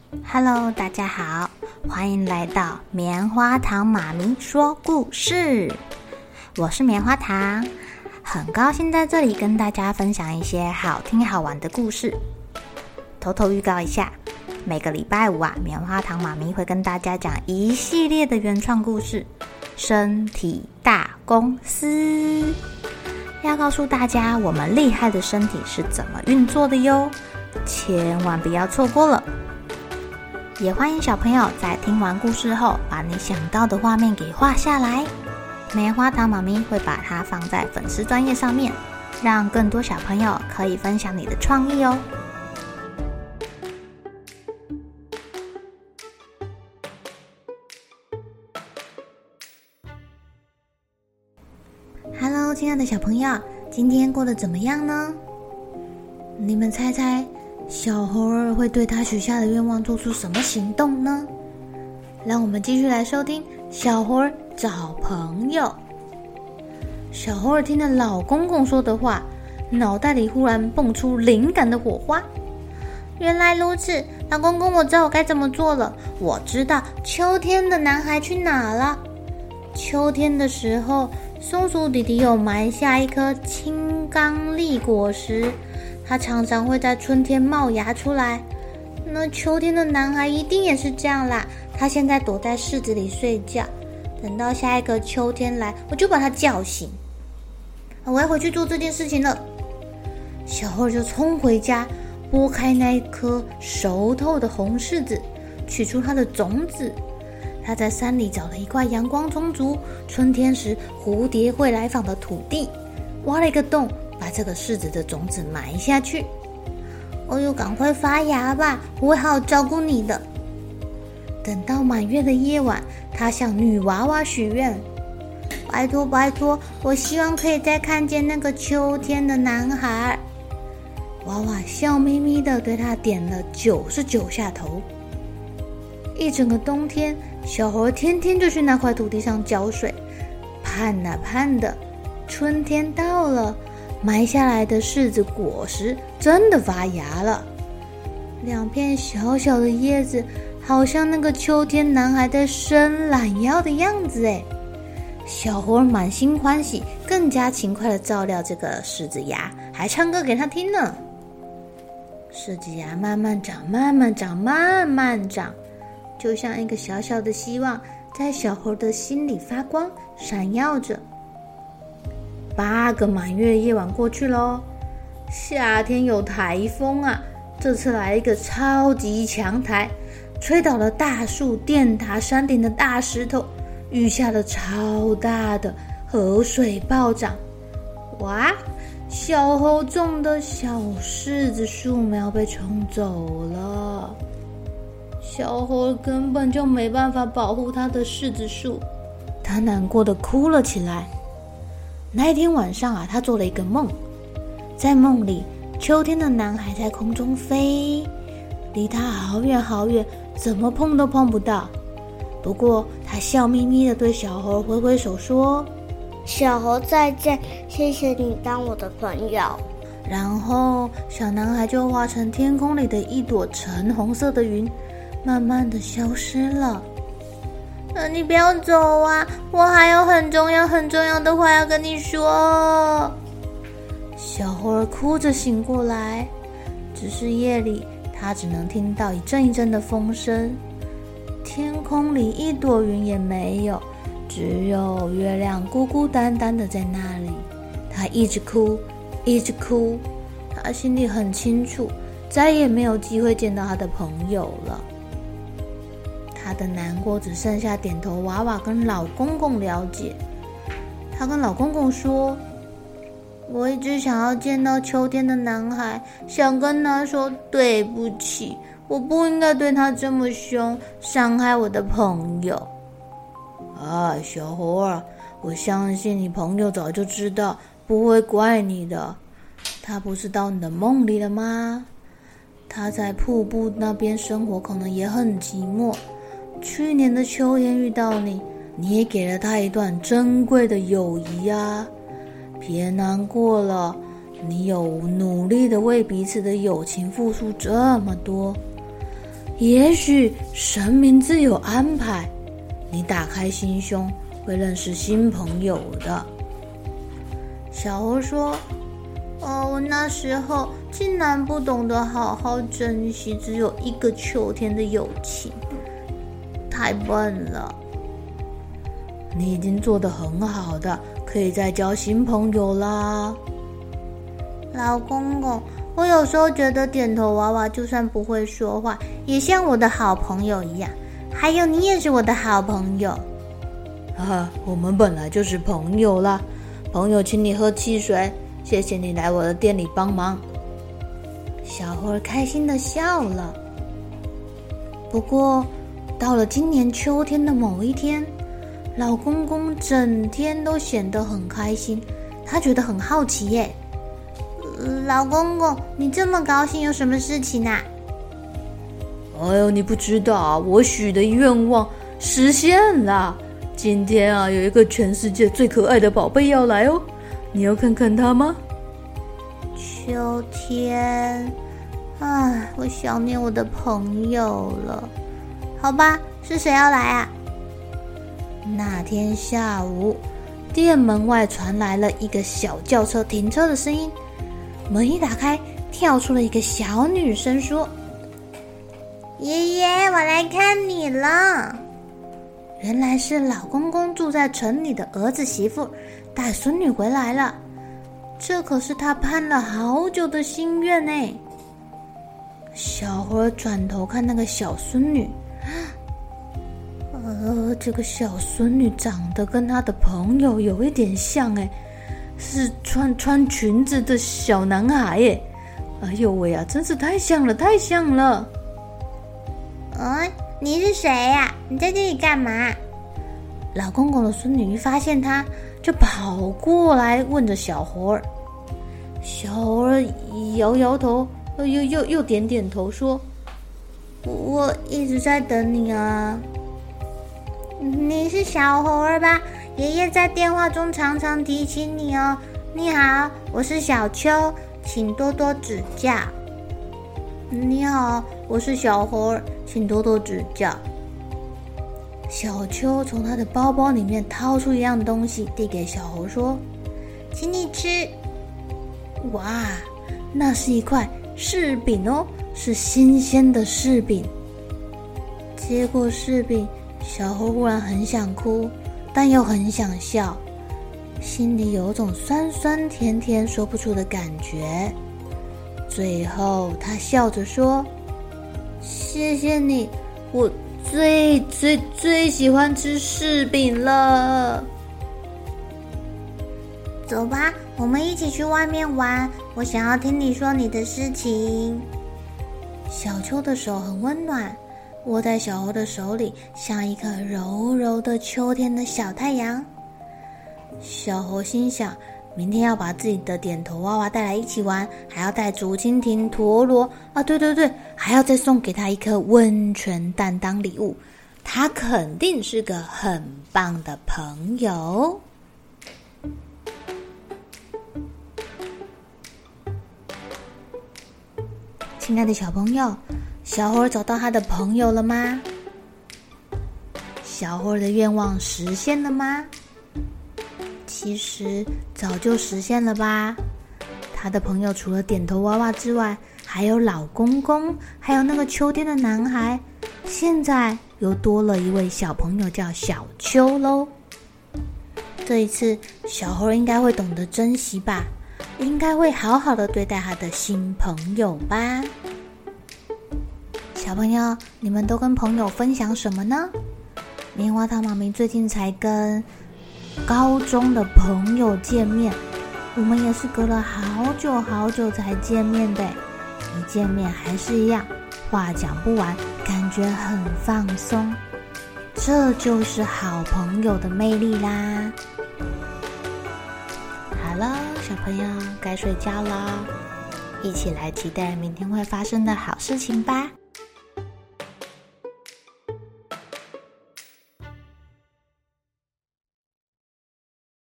Hello， 大家好，欢迎来到棉花糖妈咪说故事。我是棉花糖，很高兴在这里跟大家分享一些好听好玩的故事。偷偷预告一下，每个礼拜五棉花糖妈咪会跟大家讲一系列的原创故事，身体大公司，要告诉大家我们厉害的身体是怎么运作的哟，千万不要错过了。也欢迎小朋友在听完故事后，把你想到的画面给画下来。棉花糖妈咪会把它放在粉丝专页上面，让更多小朋友可以分享你的创意哦。Hello， 亲爱的小朋友，今天过得怎么样呢？你们猜猜小猴儿会对他许下的愿望做出什么行动呢？让我们继续来收听小猴儿找朋友。小猴儿听了老公公说的话，脑袋里忽然蹦出灵感的火花。原来如此，老公公，我知道我该怎么做了。我知道秋天的男孩去哪了。秋天的时候，松鼠弟弟有埋下一颗青冈栎果实，它常常会在春天冒芽出来。那秋天的男孩一定也是这样啦，他现在躲在柿子里睡觉，等到下一个秋天来，我就把他叫醒。我要回去做这件事情了。小猴就冲回家，剥开那一颗熟透的红柿子，取出它的种子。他在山里找了一块阳光充足、春天时蝴蝶会来访的土地，挖了一个洞，把这个柿子的种子埋下去。哦呦，赶快发芽吧，我会好好照顾你的。等到满月的夜晚，他向女娃娃许愿，拜托拜托，我希望可以再看见那个秋天的男孩。娃娃笑眯眯地对他点了99下头。一整个冬天，小猴天天就去那块土地上浇水，盼啊盼的，春天到了，埋下来的柿子果实真的发芽了，两片小小的叶子好像那个秋天男孩在伸懒腰的样子诶。小猴满心欢喜，更加勤快地照料这个柿子芽，还唱歌给他听呢。柿子芽慢慢长，慢慢长，慢慢长，就像一个小小的希望，在小猴的心里发光，闪耀着。8个满月夜晚过去咯，夏天有台风啊，这次来了一个超级强台，吹倒了大树、电塔、山顶的大石头，雨下了超大的，河水暴涨。哇，小猴种的小柿子树苗被冲走了，小猴根本就没办法保护他的柿子树，他难过的哭了起来。那一天晚上他做了一个梦，在梦里，秋天的男孩在空中飞，离他好远好远，怎么碰都碰不到。不过他笑眯眯的对小猴挥挥手说， 小猴再见，谢谢你当我的朋友。 然后小男孩就化成天空里的一朵橙红色的云，慢慢的消失了。你不要走啊，我还有很重要的话要跟你说。小猴儿哭着醒过来，只是夜里他只能听到一阵一阵的风声，天空里一朵云也没有，只有月亮孤孤单单的在那里。他一直哭一直哭，他心里很清楚，再也没有机会见到他的朋友了。他的难过只剩下点头娃娃跟老公公了解。他跟老公公说，我一直想要见到秋天的男孩，想跟他说对不起，我不应该对他这么凶，伤害我的朋友。小猴儿，我相信你朋友早就知道，不会怪你的。他不是到你的梦里了吗？他在瀑布那边生活，可能也很寂寞。去年的秋天遇到你，你也给了他一段珍贵的友谊啊。别难过了，你有努力的为彼此的友情付出这么多， 也许神明自有安排，你打开心胸会认识新朋友的。小猴说：我那时候竟然不懂得好好珍惜只有一个秋天的友情，太笨了。你已经做得很好的，可以再交新朋友啦。老公公，我有时候觉得点头娃娃就算不会说话，也像我的好朋友一样。还有你也是我的好朋友。我们本来就是朋友啦。朋友请你喝汽水，谢谢你来我的店里帮忙。小猴儿开心地笑了。不过到了今年秋天的某一天，老公公整天都显得很开心，他觉得很好奇耶。老公公，你这么高兴有什么事情啊？哎呦，你不知道啊，我许的愿望实现了。今天啊，有一个全世界最可爱的宝贝要来哦，你要看看它吗？秋天，我想念我的朋友了。好吧，是谁要来啊？那天下午，店门外传来了一个小轿车停车的声音。门一打开，跳出了一个小女生说：爷爷，我来看你了。原来是老公公住在城里的儿子媳妇带孙女回来了，这可是他盼了好久的心愿呢。小猴儿转头看那个小孙女，这个小孙女长得跟她的朋友有一点像哎，是穿裙子的小男孩耶！哎呦喂啊，真是太像了，太像了！你是谁呀？你在这里干嘛？老公公的孙女一发现他，就跑过来问着小猴儿。小猴儿摇摇头，又点点头说：我一直在等你啊。你是小猴儿吧？爷爷在电话中常常提醒你哦。你好，我是小秋，请多多指教。你好，我是小猴儿，请多多指教。小秋从他的包包里面掏出一样东西，递给小猴说：请你吃。哇，那是一块柿饼哦，是新鲜的柿饼。接过柿饼，小猴忽然很想哭，但又很想笑，心里有种酸酸甜甜说不出的感觉。最后他笑着说：谢谢你，我最喜欢吃柿饼了。走吧，我们一起去外面玩，我想要听你说你的事情。小秋的手很温暖，握在小猴的手里，像一颗柔柔的秋天的小太阳。小猴心想，明天要把自己的点头娃娃带来一起玩，还要带竹蜻蜓、陀螺啊，对，还要再送给他一颗温泉蛋当礼物。他肯定是个很棒的朋友。亲爱的小朋友，小猴儿找到他的朋友了吗？小猴儿的愿望实现了吗？其实早就实现了吧。他的朋友除了点头娃娃之外，还有老公公，还有那个秋天的男孩，现在又多了一位小朋友叫小秋咯。这一次小猴应该会懂得珍惜吧，应该会好好的对待他的新朋友吧。小朋友，你们都跟朋友分享什么呢？棉花糖妈咪最近才跟高中的朋友见面，我们也是隔了好久才见面的，一见面还是一样，话讲不完，感觉很放松。这就是好朋友的魅力啦。好了，小朋友该睡觉啦，一起来期待明天会发生的好事情吧。